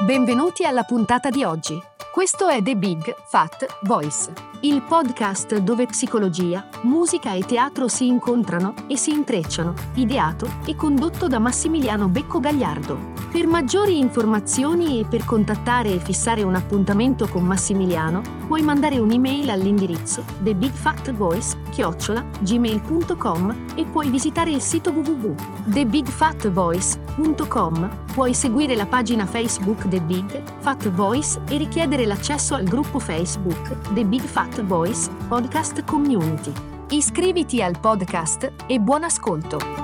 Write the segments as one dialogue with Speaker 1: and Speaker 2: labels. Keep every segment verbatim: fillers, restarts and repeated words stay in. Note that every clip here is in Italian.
Speaker 1: Benvenuti alla puntata di oggi. Questo è The Big Fat Voice, il podcast dove psicologia, musica e teatro si incontrano e si intrecciano, ideato e condotto da Massimiliano Becco Gagliardo. Per maggiori informazioni e per contattare e fissare un appuntamento con Massimiliano, puoi mandare un'email all'indirizzo the big fat voice chiocciola gmail punto com e puoi visitare il sito w w w punto the big fat voice punto com. Puoi seguire la pagina Facebook The Big Fat Voice e richiedere l'accesso al gruppo Facebook The Big Fat Voice Podcast Community. Iscriviti al podcast e buon ascolto!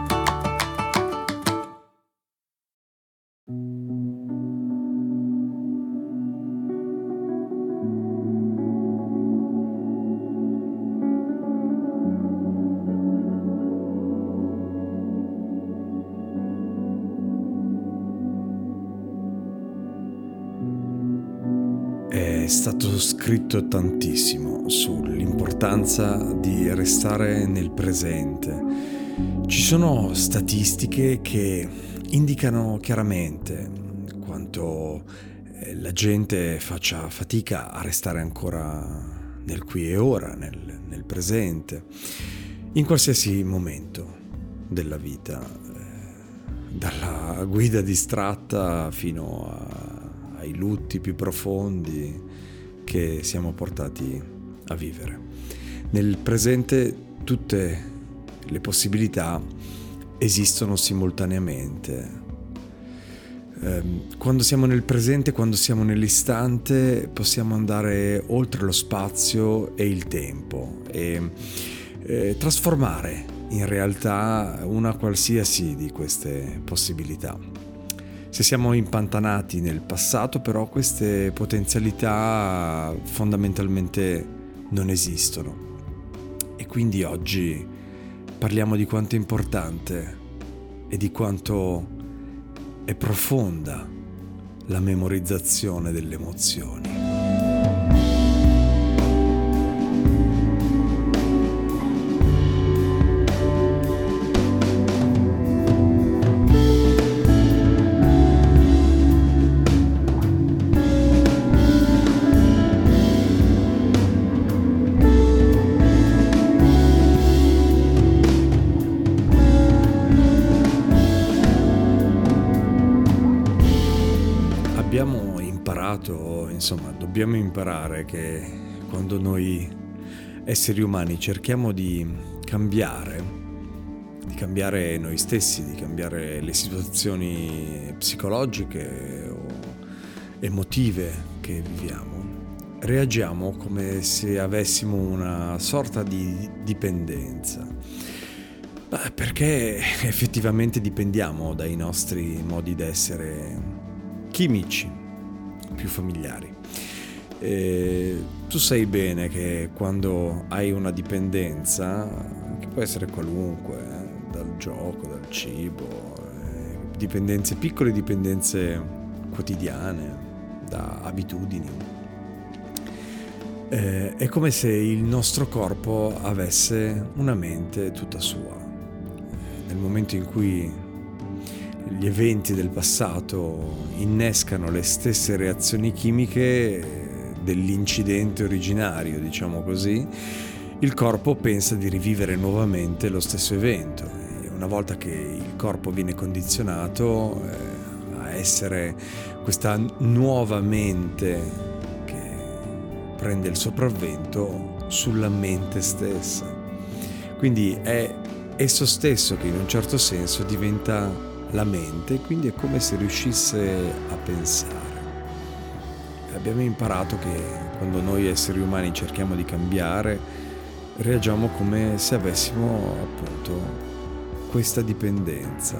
Speaker 2: È stato scritto tantissimo sull'importanza di restare nel presente. Ci sono statistiche che indicano chiaramente quanto la gente faccia fatica a restare ancora nel qui e ora, nel, nel presente, in qualsiasi momento della vita, dalla guida distratta fino a ai lutti più profondi che siamo portati a vivere. Nel presente tutte le possibilità esistono simultaneamente. Quando siamo nel presente, quando siamo nell'istante, possiamo andare oltre lo spazio e il tempo e eh, trasformare in realtà una qualsiasi di queste possibilità. Se siamo impantanati nel passato, però, queste potenzialità fondamentalmente non esistono. E quindi oggi parliamo di quanto è importante e di quanto è profonda la memorizzazione delle emozioni. Abbiamo imparato, insomma, dobbiamo imparare che quando noi esseri umani cerchiamo di cambiare, di cambiare noi stessi, di cambiare le situazioni psicologiche o emotive che viviamo, reagiamo come se avessimo una sorta di dipendenza. Beh, perché effettivamente dipendiamo dai nostri modi d'essere chimici più familiari. E tu sai bene che quando hai una dipendenza, che può essere qualunque, eh, dal gioco, dal cibo, eh, dipendenze piccole, dipendenze quotidiane, da abitudini, eh, è come se il nostro corpo avesse una mente tutta sua. Nel momento in cui gli eventi del passato innescano le stesse reazioni chimiche dell'incidente originario, diciamo così, il corpo pensa di rivivere nuovamente lo stesso evento. E una volta che il corpo viene condizionato eh, a essere questa nuova mente che prende il sopravvento sulla mente stessa. Quindi è esso stesso che in un certo senso diventa la mente, quindi è come se riuscisse a pensare. Abbiamo imparato che quando noi esseri umani cerchiamo di cambiare, reagiamo come se avessimo appunto questa dipendenza.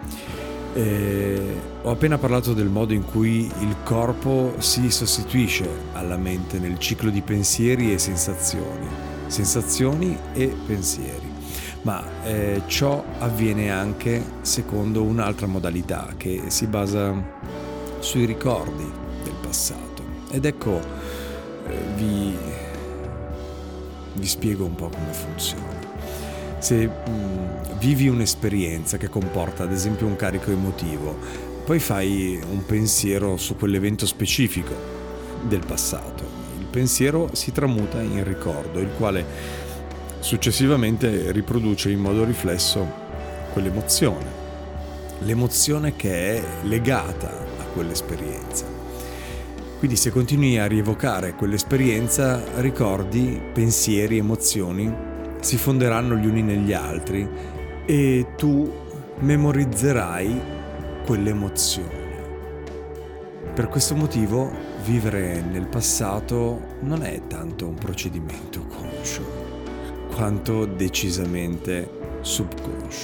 Speaker 2: E ho appena parlato del modo in cui il corpo si sostituisce alla mente nel ciclo di pensieri e sensazioni, sensazioni e pensieri. Ma eh, ciò avviene anche secondo un'altra modalità che si basa sui ricordi del passato. Ed ecco, eh, vi, vi spiego un po' come funziona. Se mh, vivi un'esperienza che comporta ad esempio un carico emotivo, poi fai un pensiero su quell'evento specifico del passato. Il pensiero si tramuta in ricordo, il quale successivamente riproduce in modo riflesso quell'emozione, l'emozione che è legata a quell'esperienza. Quindi se continui a rievocare quell'esperienza, ricordi, pensieri, emozioni si fonderanno gli uni negli altri e tu memorizzerai quell'emozione. Per questo motivo vivere nel passato non è tanto un procedimento conscio, quanto decisamente subconscio.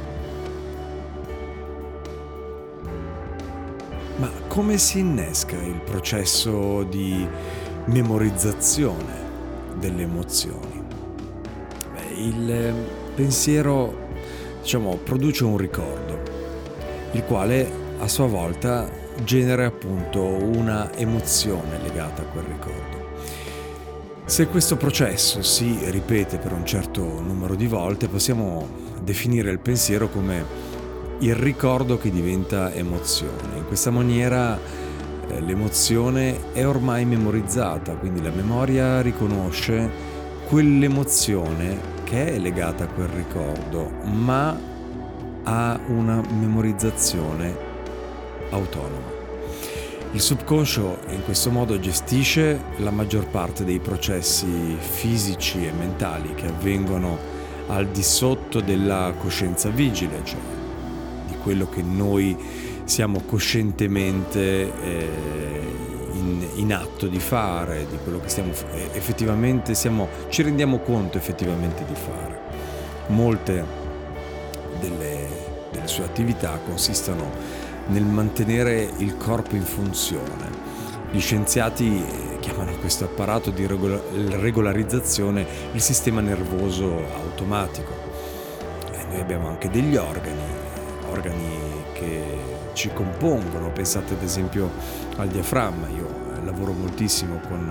Speaker 2: Ma come si innesca il processo di memorizzazione delle emozioni? Beh, il pensiero, diciamo, produce un ricordo, il quale a sua volta genera appunto una emozione legata a quel ricordo. Se questo processo si ripete per un certo numero di volte, possiamo definire il pensiero come il ricordo che diventa emozione. In questa maniera eh, l'emozione è ormai memorizzata, quindi la memoria riconosce quell'emozione che è legata a quel ricordo, ma ha una memorizzazione autonoma. Il subconscio in questo modo gestisce la maggior parte dei processi fisici e mentali che avvengono al di sotto della coscienza vigile, cioè di quello che noi siamo coscientemente eh, in, in atto di fare, di quello che stiamo effettivamente siamo, ci rendiamo conto effettivamente di fare. Molte delle, delle sue attività consistono nel mantenere il corpo in funzione. Gli scienziati chiamano questo apparato di regolarizzazione il sistema nervoso automatico. E noi abbiamo anche degli organi, organi che ci compongono. Pensate ad esempio al diaframma. Io lavoro moltissimo con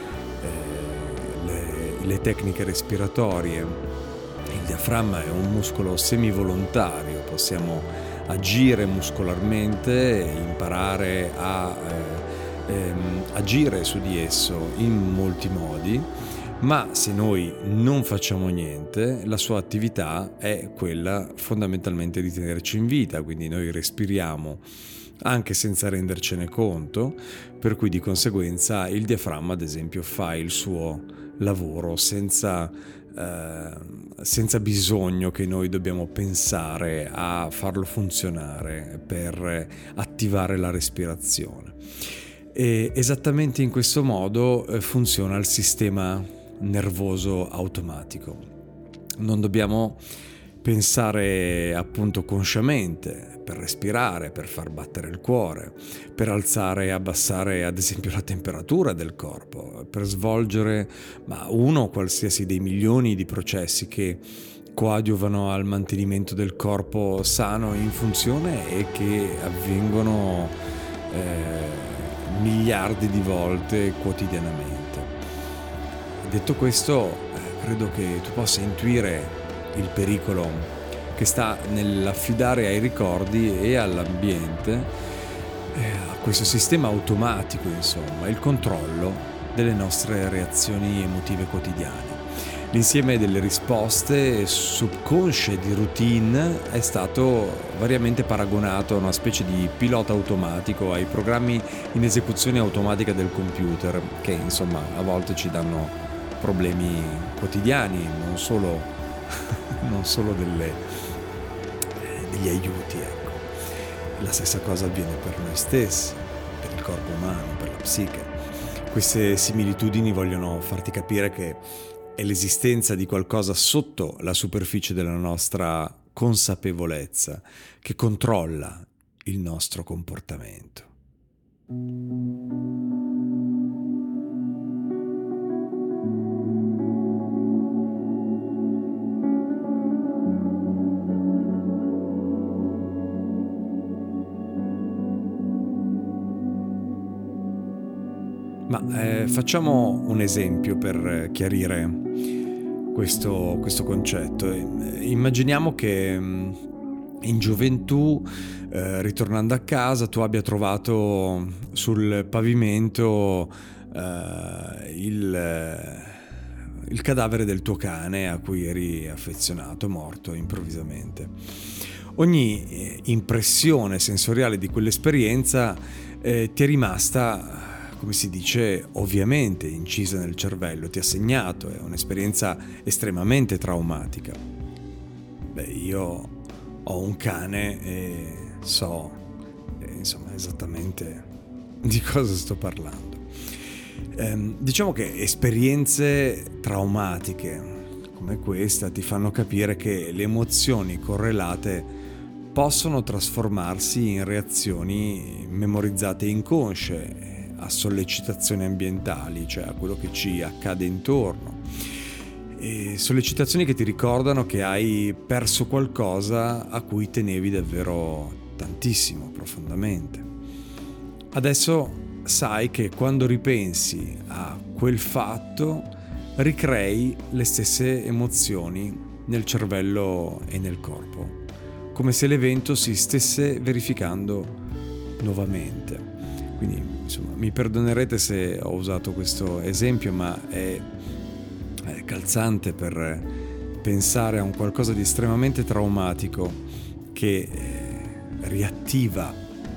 Speaker 2: eh, le, le tecniche respiratorie. Il diaframma è un muscolo semivolontario, possiamo agire muscolarmente, imparare a eh, ehm, agire su di esso in molti modi, ma se noi non facciamo niente, la sua attività è quella fondamentalmente di tenerci in vita, quindi noi respiriamo anche senza rendercene conto, per cui di conseguenza il diaframma ad esempio fa il suo lavoro senza Uh, senza bisogno che noi dobbiamo pensare a farlo funzionare per attivare la respirazione. E esattamente in questo modo uh, funziona il sistema nervoso automatico. Non dobbiamo pensare appunto consciamente per respirare, per far battere il cuore, per alzare e abbassare ad esempio la temperatura del corpo, per svolgere ma uno qualsiasi dei milioni di processi che coadiuvano al mantenimento del corpo sano in funzione e che avvengono eh, miliardi di volte quotidianamente. Detto questo, eh, credo che tu possa intuire il pericolo che sta nell'affidare ai ricordi e all'ambiente, eh, a questo sistema automatico, insomma, il controllo delle nostre reazioni emotive quotidiane. L'insieme delle risposte subconsce di routine è stato variamente paragonato a una specie di pilota automatico, ai programmi in esecuzione automatica del computer, che insomma a volte ci danno problemi quotidiani, non solo non solo delle, degli aiuti, ecco. La stessa cosa avviene per noi stessi, per il corpo umano, per la psiche. Queste similitudini vogliono farti capire che è l'esistenza di qualcosa sotto la superficie della nostra consapevolezza che controlla il nostro comportamento. Ma eh, facciamo un esempio per chiarire questo, questo concetto. Immaginiamo che mh, in gioventù, eh, ritornando a casa, tu abbia trovato sul pavimento eh, il, il cadavere del tuo cane a cui eri affezionato, morto improvvisamente. Ogni impressione sensoriale di quell'esperienza eh, ti è rimasta, come si dice, ovviamente incisa nel cervello, ti ha segnato, è un'esperienza estremamente traumatica. Beh, io ho un cane e so eh, insomma esattamente di cosa sto parlando. Eh, diciamo che esperienze traumatiche come questa ti fanno capire che le emozioni correlate possono trasformarsi in reazioni memorizzate inconsce a sollecitazioni ambientali, cioè a quello che ci accade intorno. E sollecitazioni che ti ricordano che hai perso qualcosa a cui tenevi davvero tantissimo, profondamente. Adesso sai che quando ripensi a quel fatto ricrei le stesse emozioni nel cervello e nel corpo, come se l'evento si stesse verificando nuovamente. Quindi, insomma, mi perdonerete se ho usato questo esempio, ma è calzante per pensare a un qualcosa di estremamente traumatico che eh, riattiva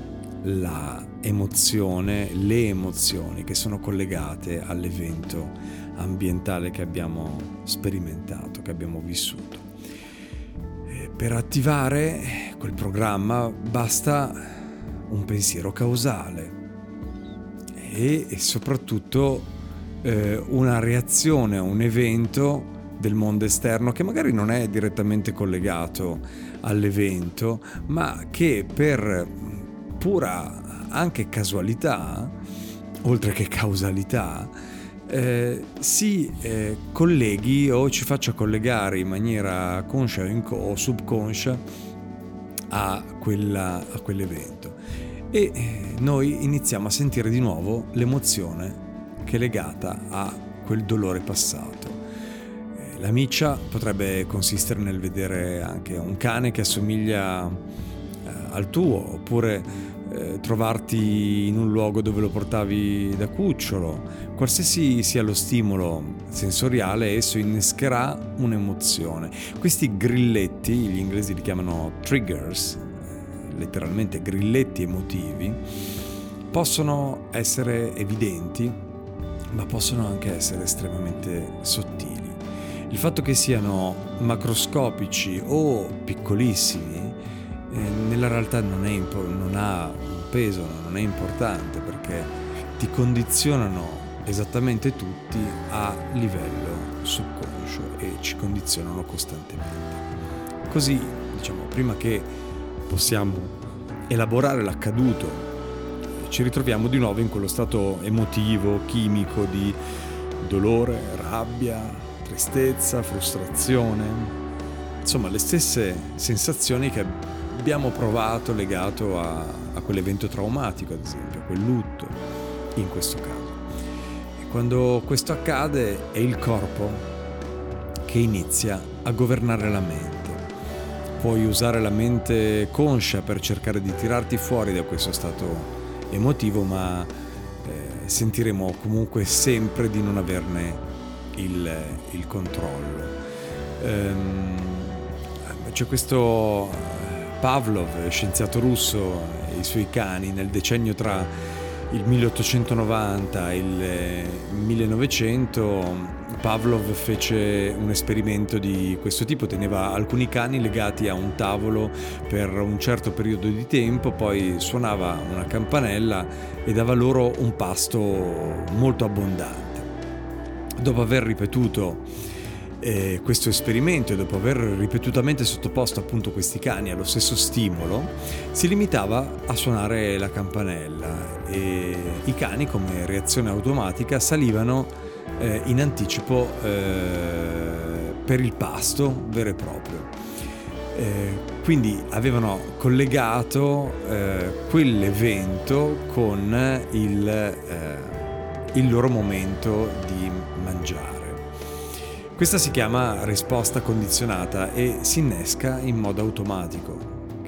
Speaker 2: la emozione, le emozioni che sono collegate all'evento ambientale che abbiamo sperimentato, che abbiamo vissuto. E per attivare quel programma basta un pensiero causale e, e soprattutto una reazione a un evento del mondo esterno che magari non è direttamente collegato all'evento, ma che per pura anche casualità, oltre che causalità, eh, si eh, colleghi o ci faccia collegare in maniera conscia o, inco- o subconscia a, quella, a quell'evento. E eh, noi iniziamo a sentire di nuovo l'emozione che è legata a quel dolore passato. La miccia potrebbe consistere nel vedere anche un cane che assomiglia eh, al tuo, oppure eh, trovarti in un luogo dove lo portavi da cucciolo. Qualsiasi sia lo stimolo sensoriale, esso innescherà un'emozione. Questi grilletti, gli inglesi li chiamano triggers, eh, letteralmente grilletti emotivi, possono essere evidenti, ma possono anche essere estremamente sottili. Il fatto che siano macroscopici o piccolissimi eh, nella realtà non, è impo- non ha un peso, non è importante, perché ti condizionano esattamente tutti a livello subconscio e ci condizionano costantemente. Così, diciamo, prima che possiamo elaborare l'accaduto, ci ritroviamo di nuovo in quello stato emotivo, chimico di dolore, rabbia, tristezza, frustrazione, insomma le stesse sensazioni che abbiamo provato legato a, a quell'evento traumatico, ad esempio, a quel lutto, in questo caso. E quando questo accade è il corpo che inizia a governare la mente. Puoi usare la mente conscia per cercare di tirarti fuori da questo stato emotivo, ma eh, sentiremo comunque sempre di non averne il, il controllo. Ehm, c'è questo Pavlov, scienziato russo, e i suoi cani nel decennio tra il milleottocentonovanta e il millenovecento. Pavlov fece un esperimento di questo tipo, teneva alcuni cani legati a un tavolo per un certo periodo di tempo, poi suonava una campanella e dava loro un pasto molto abbondante. Dopo aver ripetuto eh, questo esperimento e dopo aver ripetutamente sottoposto appunto questi cani allo stesso stimolo, si limitava a suonare la campanella e i cani, come reazione automatica, salivano Eh, in anticipo eh, per il pasto vero e proprio. Eh, quindi avevano collegato eh, quell'evento con il, eh, il loro momento di mangiare. Questa si chiama risposta condizionata e si innesca in modo automatico.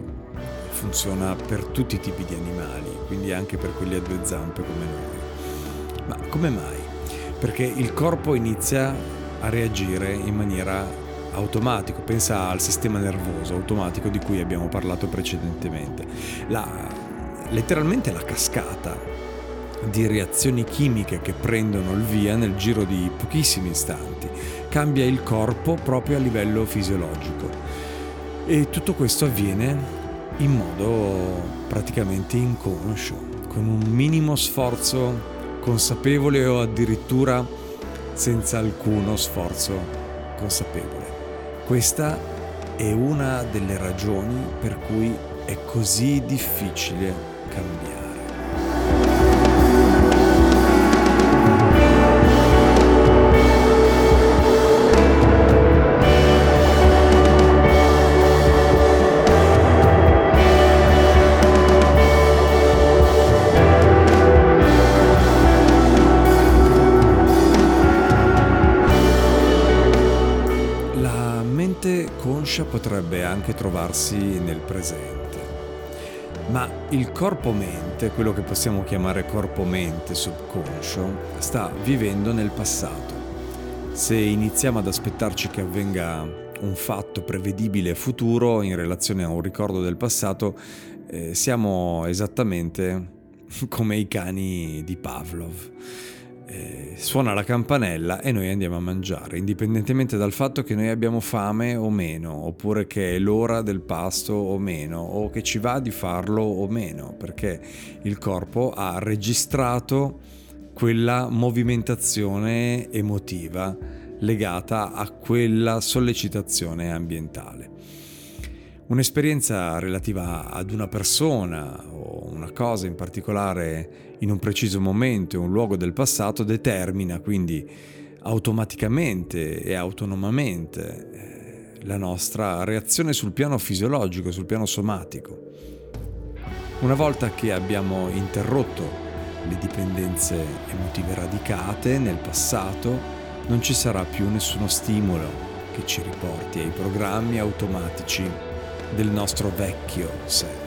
Speaker 2: funziona per tutti i tipi di animali, quindi anche per quelli a due zampe come noi. Ma come mai? Perché il corpo inizia a reagire in maniera automatica. Pensa al sistema nervoso automatico di cui abbiamo parlato precedentemente. La, letteralmente la cascata di reazioni chimiche che prendono il via nel giro di pochissimi istanti cambia il corpo proprio a livello fisiologico, e tutto questo avviene in modo praticamente inconscio, con un minimo sforzo consapevole o addirittura senza alcuno sforzo consapevole. Questa è una delle ragioni per cui è così difficile cambiare. Conscia potrebbe anche trovarsi nel presente, ma il corpo-mente, quello che possiamo chiamare corpo-mente subconscio, sta vivendo nel passato. Se iniziamo ad aspettarci che avvenga un fatto prevedibile futuro in relazione a un ricordo del passato, eh, siamo esattamente come i cani di Pavlov. Eh, suona la campanella e noi andiamo a mangiare, indipendentemente dal fatto che noi abbiamo fame o meno, oppure che è l'ora del pasto o meno, o che ci va di farlo o meno, perché il corpo ha registrato quella movimentazione emotiva legata a quella sollecitazione ambientale. Un'esperienza relativa ad una persona o una cosa in particolare in un preciso momento e un luogo del passato determina quindi automaticamente e autonomamente la nostra reazione sul piano fisiologico, sul piano somatico. Una volta che abbiamo interrotto le dipendenze emotive radicate nel passato, non ci sarà più nessuno stimolo che ci riporti ai programmi automatici del nostro vecchio sé.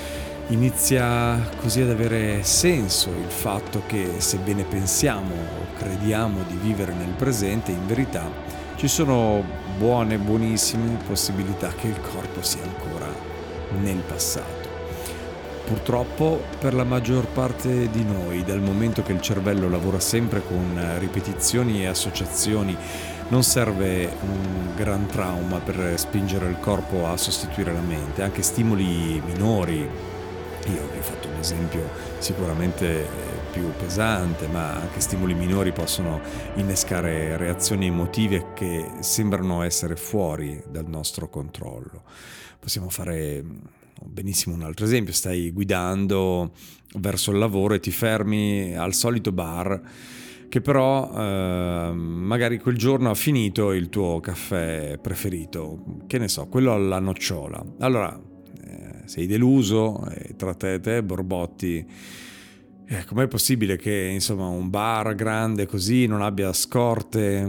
Speaker 2: Inizia così ad avere senso il fatto che, sebbene pensiamo o crediamo di vivere nel presente, in verità ci sono buone, buonissime possibilità che il corpo sia ancora nel passato. Purtroppo per la maggior parte di noi, dal momento che il cervello lavora sempre con ripetizioni e associazioni, non serve un gran trauma per spingere il corpo a sostituire la mente. Anche stimoli minori, io vi ho fatto un esempio sicuramente più pesante, ma anche stimoli minori possono innescare reazioni emotive che sembrano essere fuori dal nostro controllo. Possiamo fare benissimo un altro esempio: stai guidando verso il lavoro e ti fermi al solito bar che però eh, magari quel giorno ha finito il tuo caffè preferito, che ne so, quello alla nocciola. Allora eh, sei deluso e tra te e te borbotti: eh, com'è possibile che insomma un bar grande così non abbia scorte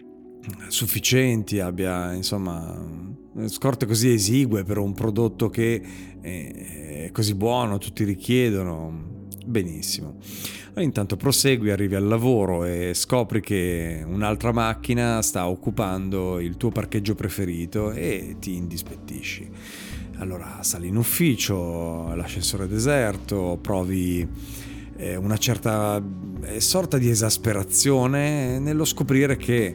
Speaker 2: sufficienti, abbia insomma scorte così esigue per un prodotto che è così buono, tutti richiedono. Benissimo. Allora, intanto prosegui, arrivi al lavoro e scopri che un'altra macchina sta occupando il tuo parcheggio preferito e ti indispettisci. Allora sali in ufficio, l'ascensore è deserto, provi eh, una certa eh, sorta di esasperazione nello scoprire che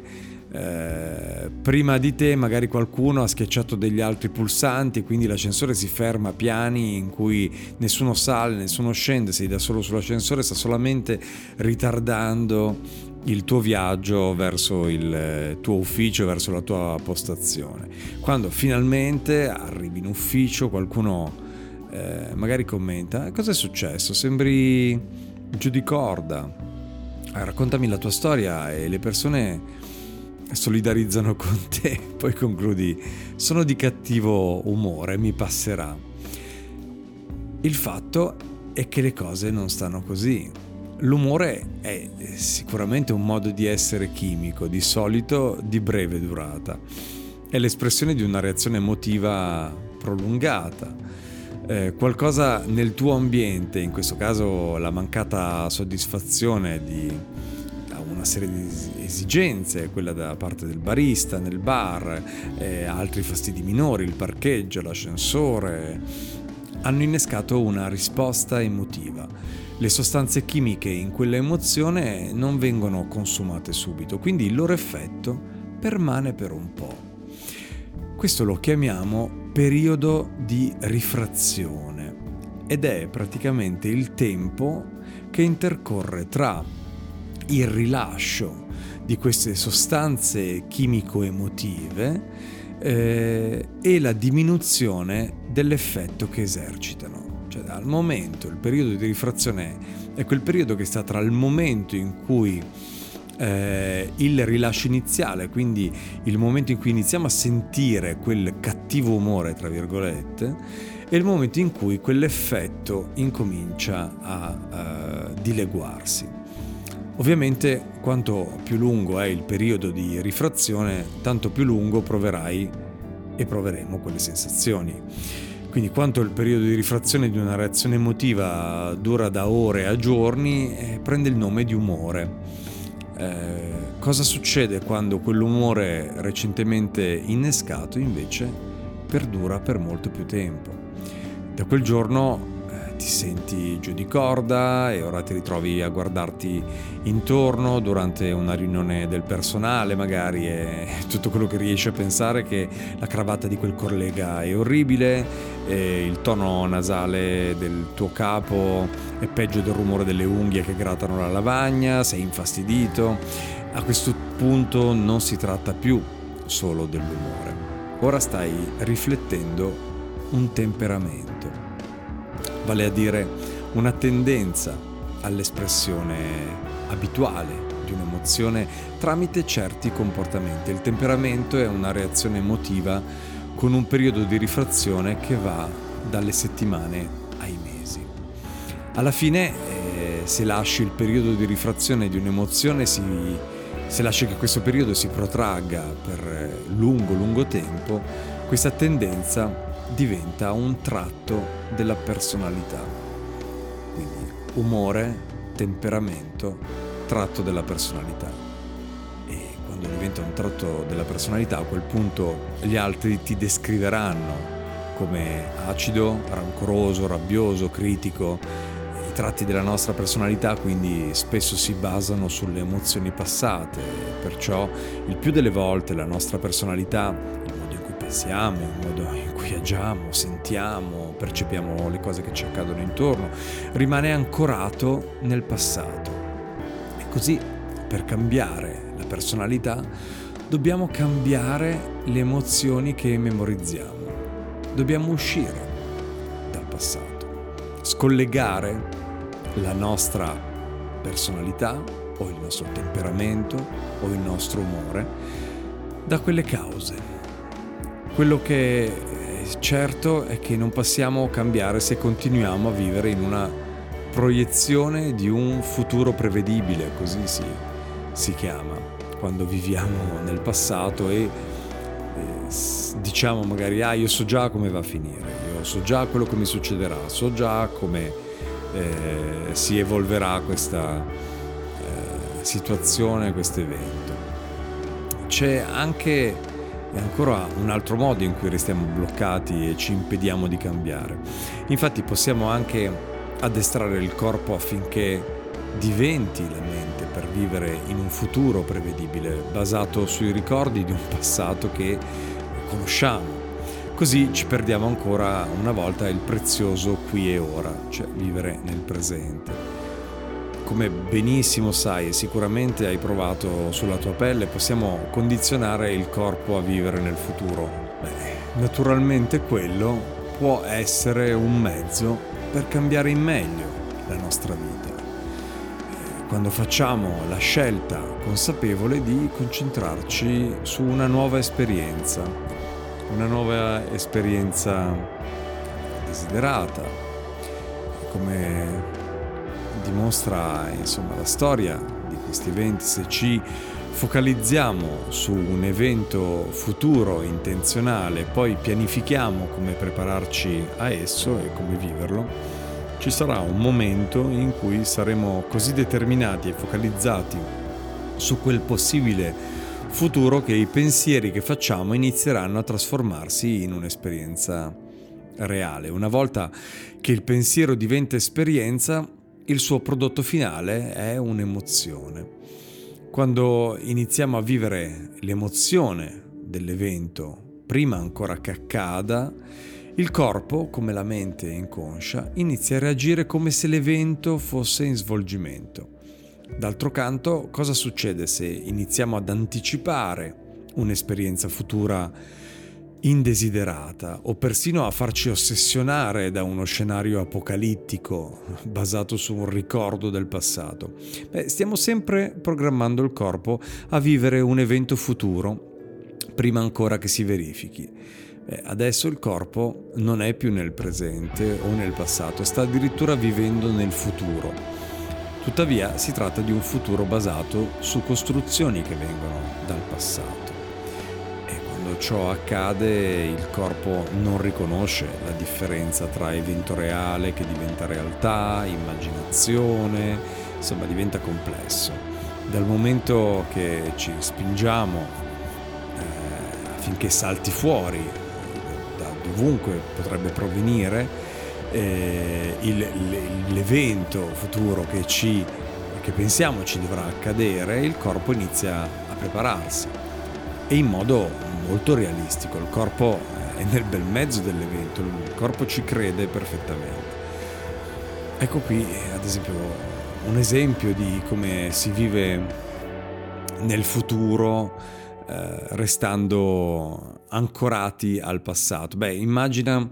Speaker 2: Eh, prima di te magari qualcuno ha schiacciato degli altri pulsanti, quindi l'ascensore si ferma a piani in cui nessuno sale, nessuno scende, sei da solo sull'ascensore, sta solamente ritardando il tuo viaggio verso il tuo ufficio, verso la tua postazione. Quando finalmente arrivi in ufficio, qualcuno eh, magari commenta: cosa è successo? Sembri giù di corda, raccontami la tua storia, e le persone solidarizzano con te. Poi concludi: sono di cattivo umore, mi passerà. Il fatto è che le cose non stanno così. L'umore è sicuramente un modo di essere chimico, di solito di breve durata. È l'espressione di una reazione emotiva prolungata. eh, qualcosa nel tuo ambiente, in questo caso la mancata soddisfazione di una serie di esigenze, quella da parte del barista nel bar, eh, altri fastidi minori, il parcheggio, l'ascensore, hanno innescato una risposta emotiva. Le sostanze chimiche in quella emozione non vengono consumate subito, quindi il loro effetto permane per un po'. Questo lo chiamiamo periodo di rifrazione ed è praticamente il tempo che intercorre tra il rilascio di queste sostanze chimico-emotive eh, e la diminuzione dell'effetto che esercitano. Cioè, al momento, il periodo di rifrazione è quel periodo che sta tra il momento in cui eh, il rilascio iniziale, quindi il momento in cui iniziamo a sentire quel cattivo umore, tra virgolette, e il momento in cui quell'effetto incomincia a uh, dileguarsi. Ovviamente quanto più lungo è il periodo di rifrazione, tanto più lungo proverai e proveremo quelle sensazioni. Quindi quanto il periodo di rifrazione di una reazione emotiva dura da ore a giorni, eh, prende il nome di umore. Eh, cosa succede quando quell'umore recentemente innescato invece perdura per molto più tempo? Da quel giorno ti senti giù di corda e ora ti ritrovi a guardarti intorno durante una riunione del personale magari, e tutto quello che riesci a pensare è che la cravatta di quel collega è orribile, e il tono nasale del tuo capo è peggio del rumore delle unghie che grattano la lavagna, sei infastidito. A questo punto non si tratta più solo dell'umore, ora stai riflettendo un temperamento, vale a dire una tendenza all'espressione abituale di un'emozione tramite certi comportamenti. Il temperamento è una reazione emotiva con un periodo di rifrazione che va dalle settimane ai mesi. Alla fine, eh, se lasci il periodo di rifrazione di un'emozione, si, se lasci che questo periodo si protragga per lungo, lungo tempo, questa tendenza diventa un tratto della personalità. Quindi umore, temperamento, tratto della personalità. E quando diventa un tratto della personalità, a quel punto gli altri ti descriveranno come acido, rancoroso, rabbioso, critico. I tratti della nostra personalità quindi spesso si basano sulle emozioni passate, perciò il più delle volte la nostra personalità, il modo in cui pensiamo, il modo in cui agiamo, sentiamo, percepiamo le cose che ci accadono intorno, rimane ancorato nel passato. E così, per cambiare la personalità, dobbiamo cambiare le emozioni che memorizziamo. Dobbiamo uscire dal passato, scollegare la nostra personalità o il nostro temperamento o il nostro umore da quelle cause. Quello che è certo è che non possiamo cambiare se continuiamo a vivere in una proiezione di un futuro prevedibile, così si, si chiama, quando viviamo nel passato e eh, diciamo magari ah io so già come va a finire, io so già quello che mi succederà, so già come eh, si evolverà questa eh, situazione, questo evento. C'è anche e ancora un altro modo in cui restiamo bloccati e ci impediamo di cambiare. Infatti possiamo anche addestrare il corpo affinché diventi la mente per vivere in un futuro prevedibile, basato sui ricordi di un passato che conosciamo. Così ci perdiamo ancora una volta il prezioso qui e ora, cioè vivere nel presente. Come benissimo sai e sicuramente hai provato sulla tua pelle, possiamo condizionare il corpo a vivere nel futuro. Beh, naturalmente quello può essere un mezzo per cambiare in meglio la nostra vita. Quando facciamo la scelta consapevole di concentrarci su una nuova esperienza, una nuova esperienza desiderata, come dimostra insomma la storia di questi eventi, se ci focalizziamo su un evento futuro intenzionale, poi pianifichiamo come prepararci a esso e come viverlo, ci sarà un momento in cui saremo così determinati e focalizzati su quel possibile futuro che i pensieri che facciamo inizieranno a trasformarsi in un'esperienza reale. Una volta che il pensiero diventa esperienza, il suo prodotto finale è un'emozione. Quando iniziamo a vivere l'emozione dell'evento, prima ancora che accada, il corpo, come la mente inconscia, inizia a reagire come se l'evento fosse in svolgimento. D'altro canto, cosa succede se iniziamo ad anticipare un'esperienza futura indesiderata o persino a farci ossessionare da uno scenario apocalittico basato su un ricordo del passato? Beh, stiamo sempre programmando il corpo a vivere un evento futuro prima ancora che si verifichi. Beh, adesso il corpo non è più nel presente o nel passato, sta addirittura vivendo nel futuro. Tuttavia si tratta di un futuro basato su costruzioni che vengono dal passato. Quando ciò accade, il corpo non riconosce la differenza tra evento reale che diventa realtà, immaginazione, insomma diventa complesso. Dal momento che ci spingiamo eh, affinché salti fuori da dovunque potrebbe provenire eh, il, l'evento futuro che, ci, che pensiamo ci dovrà accadere, il corpo inizia a prepararsi. E in modo molto realistico, il corpo è nel bel mezzo dell'evento, il corpo ci crede perfettamente. Ecco qui, ad esempio, un esempio di come si vive nel futuro eh, restando ancorati al passato. Beh, immagina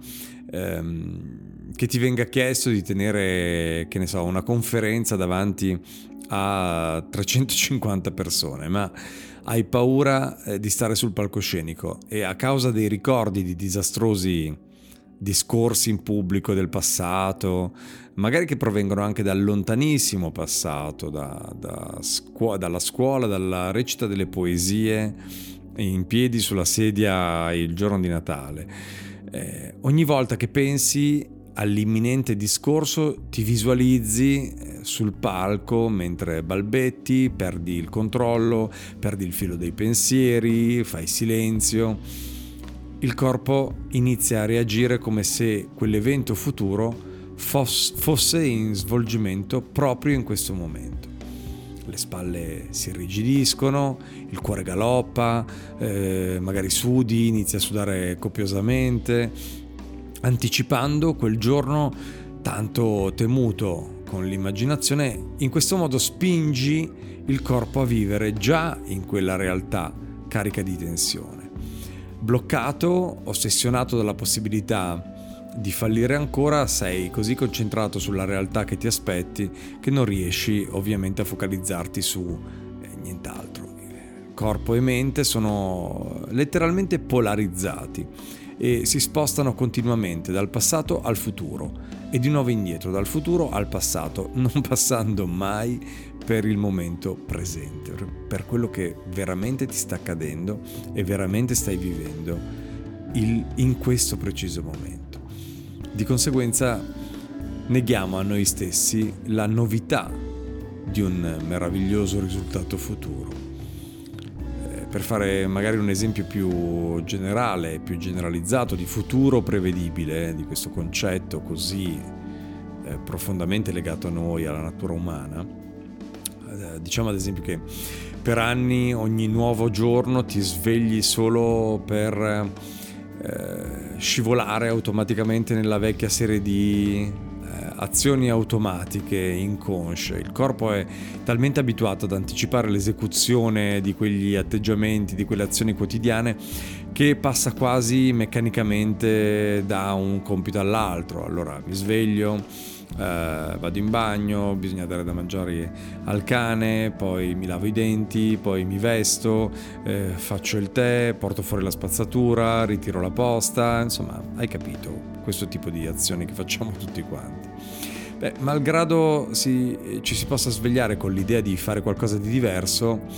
Speaker 2: ehm, che ti venga chiesto di tenere, che ne so, una conferenza davanti a trecentocinquanta persone, ma hai paura eh, di stare sul palcoscenico e a causa dei ricordi di disastrosi discorsi in pubblico del passato, magari che provengono anche dal lontanissimo passato, da, da scu- dalla scuola, dalla recita delle poesie in piedi sulla sedia il giorno di Natale. Eh, ogni volta che pensi all'imminente discorso ti visualizzi sul palco mentre balbetti, perdi il controllo, perdi il filo dei pensieri, fai silenzio. Il corpo inizia a reagire come se quell'evento futuro fosse, fosse in svolgimento proprio in questo momento. Le spalle si irrigidiscono, il cuore galoppa, eh, magari sudi, inizi a sudare copiosamente, anticipando quel giorno tanto temuto con l'immaginazione. In questo modo spingi il corpo a vivere già in quella realtà carica di tensione. Bloccato, ossessionato dalla possibilità di fallire ancora, sei così concentrato sulla realtà che ti aspetti che non riesci ovviamente a focalizzarti su eh, nient'altro. Corpo e mente sono letteralmente polarizzati e si spostano continuamente dal passato al futuro e di nuovo indietro dal futuro al passato, non passando mai per il momento presente, per quello che veramente ti sta accadendo e veramente stai vivendo il, in questo preciso momento. Di conseguenza neghiamo a noi stessi la novità di un meraviglioso risultato futuro. Per fare magari un esempio più generale, più generalizzato di futuro prevedibile, di questo concetto così eh, profondamente legato a noi, alla natura umana, eh, diciamo ad esempio che per anni ogni nuovo giorno ti svegli solo per eh, scivolare automaticamente nella vecchia serie di azioni automatiche inconsce. Il corpo è talmente abituato ad anticipare l'esecuzione di quegli atteggiamenti, di quelle azioni quotidiane, che passa quasi meccanicamente da un compito all'altro. Allora mi sveglio, eh, vado in bagno, bisogna dare da mangiare al cane, poi mi lavo i denti, poi mi vesto, eh, faccio il tè, porto fuori la spazzatura, ritiro la posta, insomma hai capito questo tipo di azioni che facciamo tutti quanti. Beh, malgrado si, ci si possa svegliare con l'idea di fare qualcosa di diverso,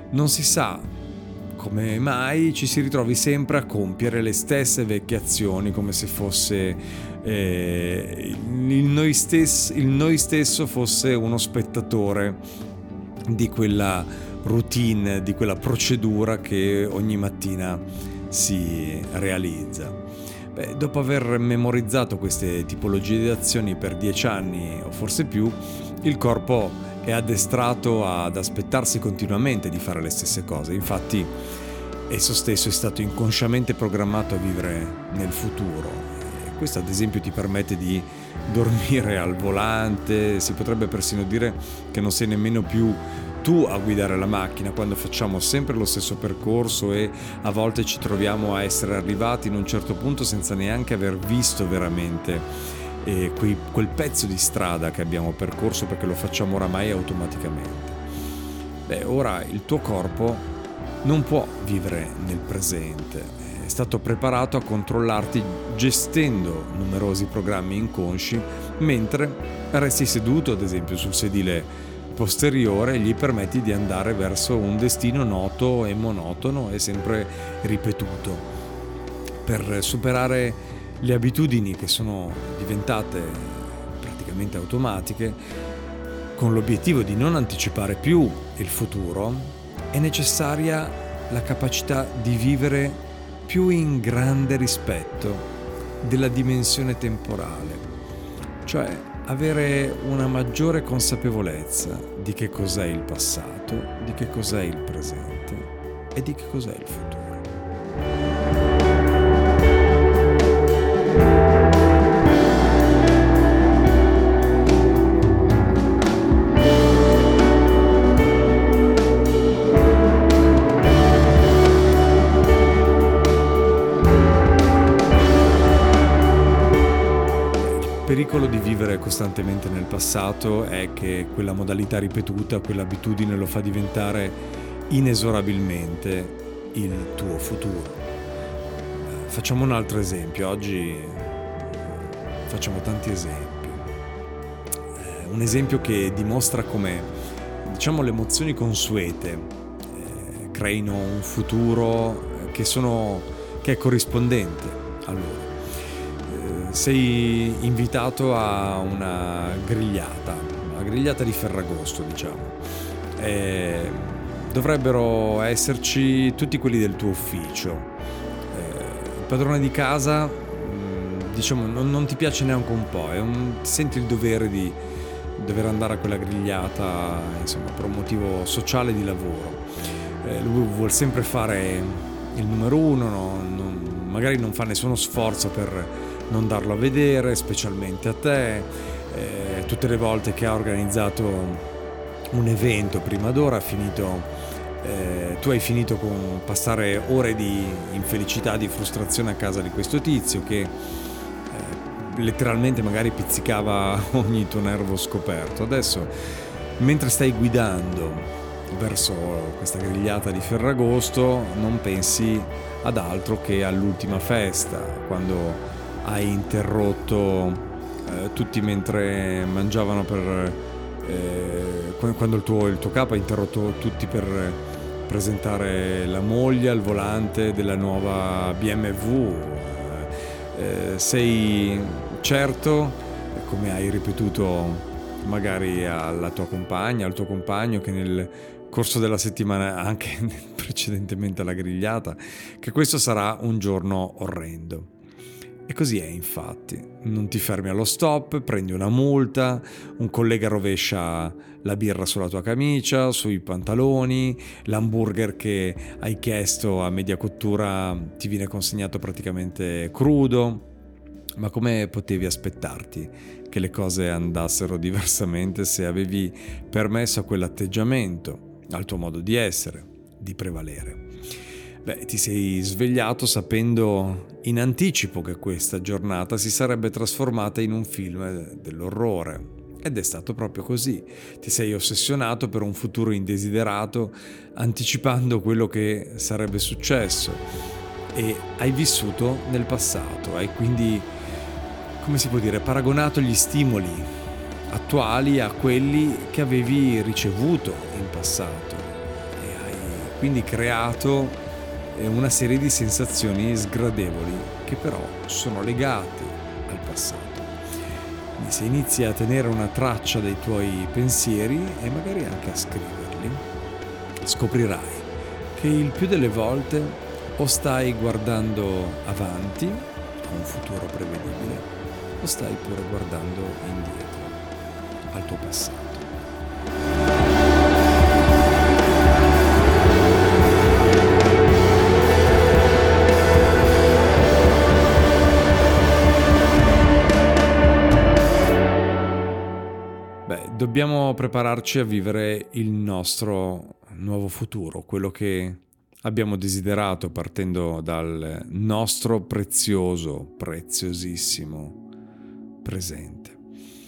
Speaker 2: non si sa come mai ci si ritrovi sempre a compiere le stesse vecchie azioni, come se fosse eh, il, noi stesso, il noi stesso fosse uno spettatore di quella routine, di quella procedura che ogni mattina si realizza. Beh, dopo aver memorizzato queste tipologie di azioni per dieci anni o forse più, il corpo è addestrato ad aspettarsi continuamente di fare le stesse cose. Infatti esso stesso è stato inconsciamente programmato a vivere nel futuro. E questo ad esempio ti permette di dormire al volante, si potrebbe persino dire che non sei nemmeno più tu a guidare la macchina, quando facciamo sempre lo stesso percorso e a volte ci troviamo a essere arrivati in un certo punto senza neanche aver visto veramente e quei, quel pezzo di strada che abbiamo percorso, perché lo facciamo oramai automaticamente. Beh, ora il tuo corpo non può vivere nel presente, è stato preparato a controllarti gestendo numerosi programmi inconsci mentre resti seduto ad esempio sul sedile posteriore e gli permetti di andare verso un destino noto e monotono e sempre ripetuto. Per superare le abitudini che sono diventate praticamente automatiche, con l'obiettivo di non anticipare più il futuro, è necessaria la capacità di vivere più in grande rispetto della dimensione temporale, cioè avere una maggiore consapevolezza di che cos'è il passato, di che cos'è il presente e di che cos'è il futuro. Il pericolo di vivere costantemente nel passato è che quella modalità ripetuta, quell'abitudine lo fa diventare inesorabilmente il tuo futuro. Facciamo un altro esempio, oggi facciamo tanti esempi. Un esempio che dimostra come, diciamo, le emozioni consuete eh, creino un futuro che, sono, che è corrispondente a loro. Sei invitato a una grigliata, una grigliata di Ferragosto, diciamo. E dovrebbero esserci tutti quelli del tuo ufficio. Eh, il padrone di casa, diciamo, non, non ti piace neanche un po', è un, senti il dovere di dover andare a quella grigliata, insomma, per un motivo sociale di lavoro. Eh, lui vuol sempre fare il numero uno, no? non, magari non fa nessuno sforzo per non darlo a vedere, specialmente a te. Eh, tutte le volte che ha organizzato un evento prima d'ora ha finito, eh, tu hai finito con passare ore di infelicità, di frustrazione a casa di questo tizio che eh, letteralmente magari pizzicava ogni tuo nervo scoperto. Adesso, mentre stai guidando verso questa grigliata di Ferragosto, non pensi ad altro che all'ultima festa, quando hai interrotto eh, tutti mentre mangiavano per eh, quando il tuo, il tuo capo ha interrotto tutti per presentare la moglie al volante della nuova B M W. Eh, sei certo, come hai ripetuto magari alla tua compagna, al tuo compagno, che nel corso della settimana, anche precedentemente alla grigliata, che questo sarà un giorno orrendo. E così è, infatti. Non ti fermi allo stop, prendi una multa, un collega rovescia la birra sulla tua camicia, sui pantaloni, l'hamburger che hai chiesto a media cottura ti viene consegnato praticamente crudo. Ma come potevi aspettarti che le cose andassero diversamente se avevi permesso a quell'atteggiamento, al tuo modo di essere, di prevalere? Beh, ti sei svegliato sapendo in anticipo che questa giornata si sarebbe trasformata in un film dell'orrore. Ed è stato proprio così. Ti sei ossessionato per un futuro indesiderato, anticipando quello che sarebbe successo. E hai vissuto nel passato. Hai quindi, come si può dire, paragonato gli stimoli attuali a quelli che avevi ricevuto in passato. E hai quindi creato una serie di sensazioni sgradevoli che però sono legate al passato. Quindi se inizi a tenere una traccia dei tuoi pensieri e magari anche a scriverli, scoprirai che il più delle volte o stai guardando avanti a un futuro prevedibile o stai pure guardando indietro al tuo passato. Beh, dobbiamo prepararci a vivere il nostro nuovo futuro, quello che abbiamo desiderato partendo dal nostro prezioso, preziosissimo presente.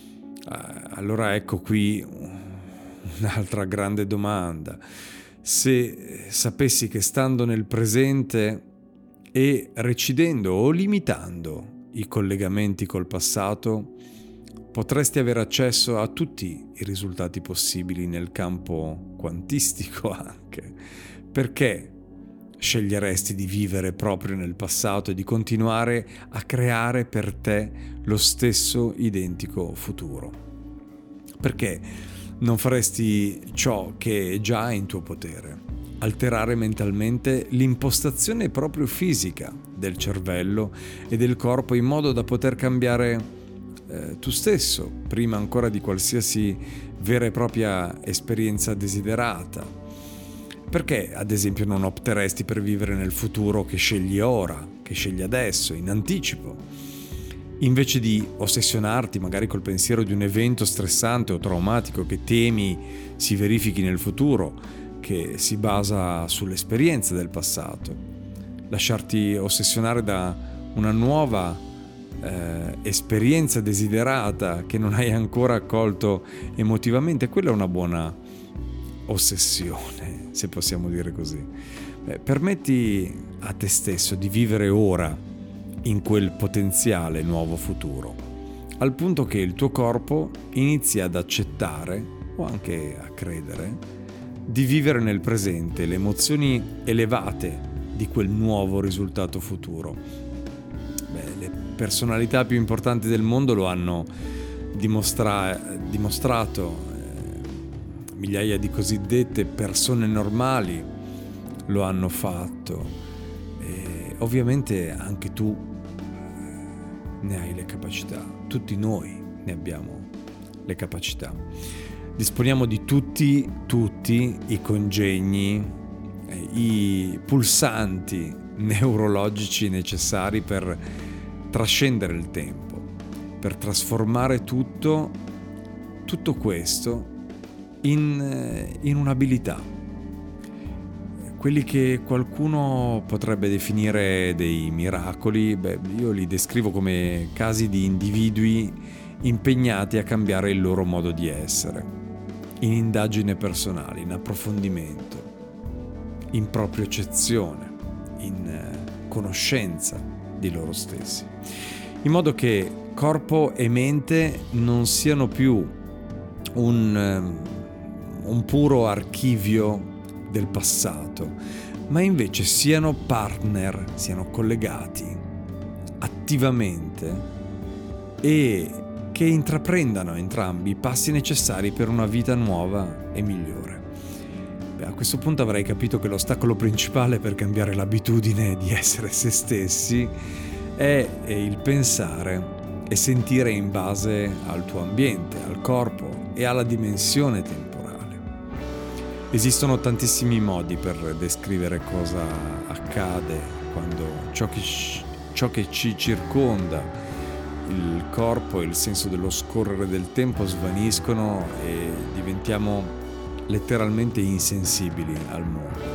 Speaker 2: Allora ecco qui un'altra grande domanda. Se sapessi che stando nel presente e recidendo o limitando i collegamenti col passato, potresti avere accesso a tutti i risultati possibili nel campo quantistico anche, perché sceglieresti di vivere proprio nel passato e di continuare a creare per te lo stesso identico futuro? Perché non faresti ciò che è già in tuo potere? Alterare mentalmente l'impostazione proprio fisica del cervello e del corpo in modo da poter cambiare eh, tu stesso, prima ancora di qualsiasi vera e propria esperienza desiderata. Perché, ad esempio, non opteresti per vivere nel futuro che scegli ora, che scegli adesso, in anticipo? Invece di ossessionarti magari col pensiero di un evento stressante o traumatico che temi si verifichi nel futuro, che si basa sull'esperienza del passato, lasciarti ossessionare da una nuova eh, esperienza desiderata che non hai ancora accolto emotivamente, quella è una buona ossessione, se possiamo dire così. Beh, permetti a te stesso di vivere ora in quel potenziale nuovo futuro, al punto che il tuo corpo inizi ad accettare o anche a credere di vivere nel presente le emozioni elevate di quel nuovo risultato futuro. Beh, le personalità più importanti del mondo lo hanno dimostra- dimostrato, eh, migliaia di cosiddette persone normali lo hanno fatto, e ovviamente anche tu ne hai le capacità, tutti noi ne abbiamo le capacità. Disponiamo di tutti, tutti i congegni, i pulsanti neurologici necessari per trascendere il tempo, per trasformare tutto, tutto questo in, in un'abilità. Quelli che qualcuno potrebbe definire dei miracoli, beh, io li descrivo come casi di individui impegnati a cambiare il loro modo di essere, in indagine personali, in approfondimento, in proprio-cezione, in conoscenza di loro stessi, in modo che corpo e mente non siano più un, un puro archivio del passato, ma invece siano partner, siano collegati attivamente e che intraprendano entrambi i passi necessari per una vita nuova e migliore. Beh, a questo punto avrai capito che l'ostacolo principale per cambiare l'abitudine di essere se stessi è il pensare e sentire in base al tuo ambiente, al corpo e alla dimensione temporale. Esistono tantissimi modi per descrivere cosa accade quando ciò che, ciò che ci circonda, il corpo e il senso dello scorrere del tempo, svaniscono e diventiamo letteralmente insensibili al mondo.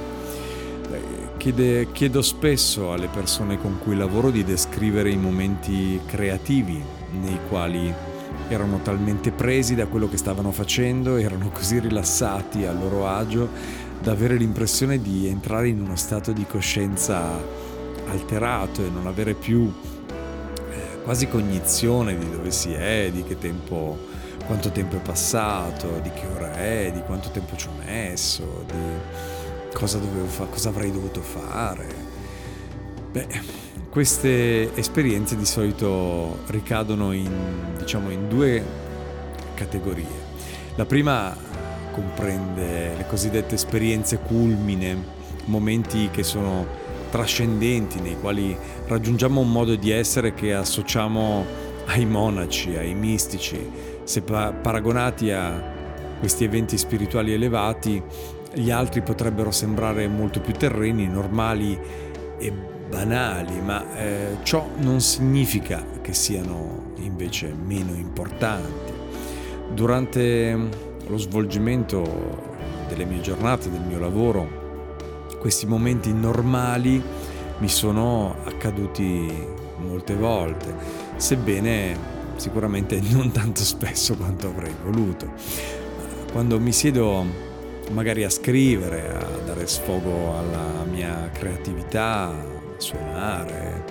Speaker 2: Chiede, chiedo spesso alle persone con cui lavoro di descrivere i momenti creativi nei quali erano talmente presi da quello che stavano facendo, erano così rilassati a loro agio da avere l'impressione di entrare in uno stato di coscienza alterato e non avere più quasi cognizione di dove si è, di che tempo, quanto tempo è passato, di che ora è, di quanto tempo ci ho messo, di, cosa dovevo fare, cosa avrei dovuto fare. Beh, queste esperienze di solito ricadono in, diciamo, in due categorie. La prima comprende le cosiddette esperienze culmine, momenti che sono trascendenti, nei quali raggiungiamo un modo di essere che associamo ai monaci, ai mistici. Se pa- paragonati a questi eventi spirituali elevati, gli altri potrebbero sembrare molto più terreni, normali e banali, ma eh, ciò non significa che siano invece meno importanti. Durante lo svolgimento delle mie giornate, del mio lavoro, questi momenti normali mi sono accaduti molte volte, sebbene sicuramente non tanto spesso quanto avrei voluto. Quando mi siedo magari a scrivere, a dare sfogo alla mia creatività, a suonare,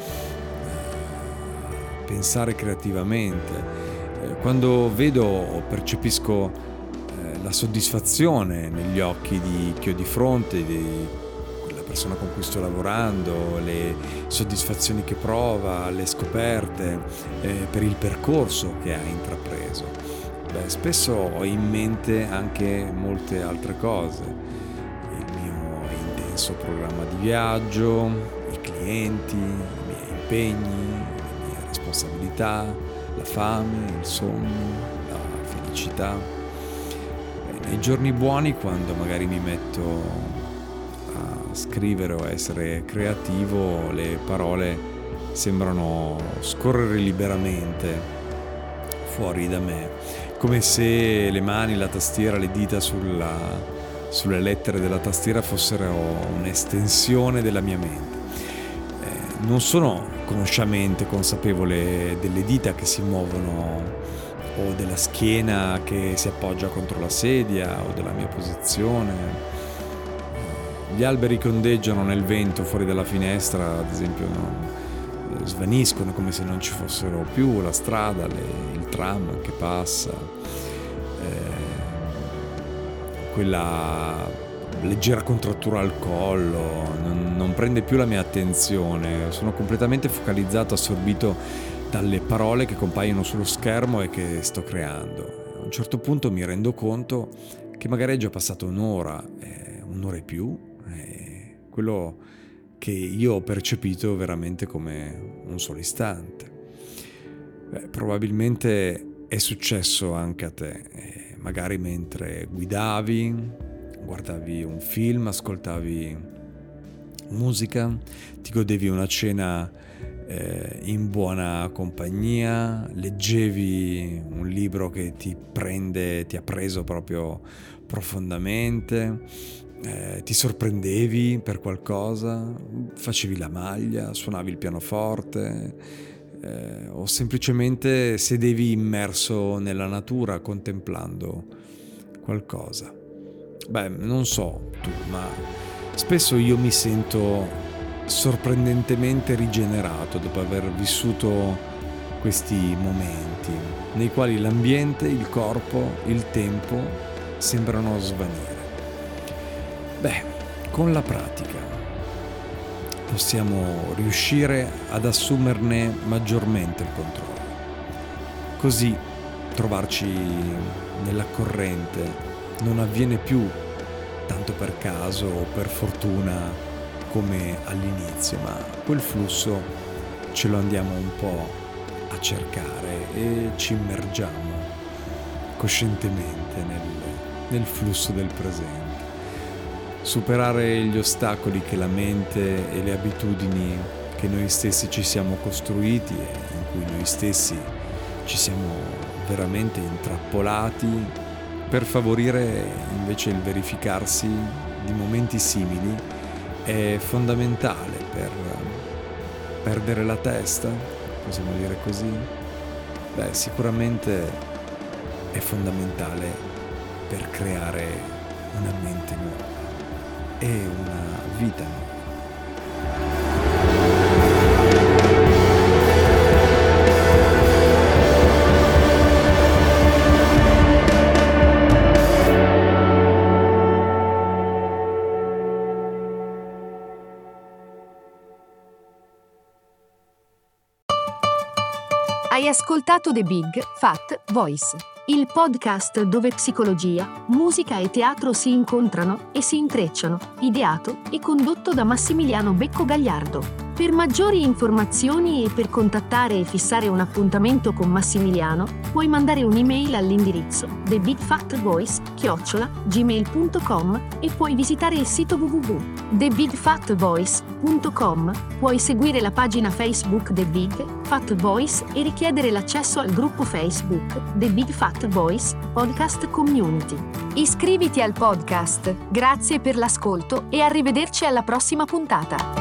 Speaker 2: a pensare creativamente, quando vedo o percepisco la soddisfazione negli occhi di chi ho di fronte, di quella persona con cui sto lavorando, le soddisfazioni che prova, le scoperte eh, per il percorso che ha intrapreso. Beh, spesso ho in mente anche molte altre cose, il mio intenso programma di viaggio, i clienti, i miei impegni, le mie responsabilità, la fame, il sonno, la felicità. Beh, nei giorni buoni, quando magari mi metto a scrivere o a essere creativo, le parole sembrano scorrere liberamente fuori da me, come se le mani, la tastiera, le dita sulla, sulle lettere della tastiera fossero un'estensione della mia mente. Eh, non sono consciamente consapevole delle dita che si muovono o della schiena che si appoggia contro la sedia o della mia posizione. Gli alberi che ondeggiano nel vento fuori dalla finestra, ad esempio, no? Svaniscono come se non ci fossero più, la strada, le, il tram che passa, eh, quella leggera contrattura al collo non, non prende più la mia attenzione, sono completamente focalizzato, assorbito dalle parole che compaiono sullo schermo e che sto creando. A un certo punto mi rendo conto che magari è già passata un'ora, eh, un'ora e più, eh, quello che io ho percepito veramente come un solo istante. Beh, probabilmente è successo anche a te, eh, magari mentre guidavi, guardavi un film, ascoltavi musica, ti godevi una cena eh, in buona compagnia, leggevi un libro che ti prende, ti ha preso proprio profondamente, Eh, ti sorprendevi per qualcosa, facevi la maglia, suonavi il pianoforte, eh, o semplicemente sedevi immerso nella natura contemplando qualcosa. Beh, non so tu, ma spesso io mi sento sorprendentemente rigenerato dopo aver vissuto questi momenti nei quali l'ambiente, il corpo, il tempo sembrano svanire. Beh, con la pratica possiamo riuscire ad assumerne maggiormente il controllo, così trovarci nella corrente non avviene più tanto per caso o per fortuna come all'inizio, ma quel flusso ce lo andiamo un po' a cercare e ci immergiamo coscientemente nel, nel flusso del presente. Superare gli ostacoli che la mente e le abitudini che noi stessi ci siamo costruiti e in cui noi stessi ci siamo veramente intrappolati, per favorire invece il verificarsi di momenti simili è fondamentale per perdere la testa, possiamo dire così? Beh, sicuramente è fondamentale per creare una mente nuova e una vita nuova.
Speaker 1: Hai ascoltato The Big Fat Voice, il podcast dove psicologia, musica e teatro si incontrano e si intrecciano, ideato e condotto da Massimiliano Becco Gagliardo. Per maggiori informazioni e per contattare e fissare un appuntamento con Massimiliano, puoi mandare un'email all'indirizzo the big fat voice chiocciola gmail punto com e puoi visitare il sito w w w punto the big fat voice punto com. Puoi seguire la pagina Facebook The Big Fat Voice e richiedere l'accesso al gruppo Facebook The Big Fat Voice Podcast Community. Iscriviti al podcast. Grazie per l'ascolto e arrivederci alla prossima puntata.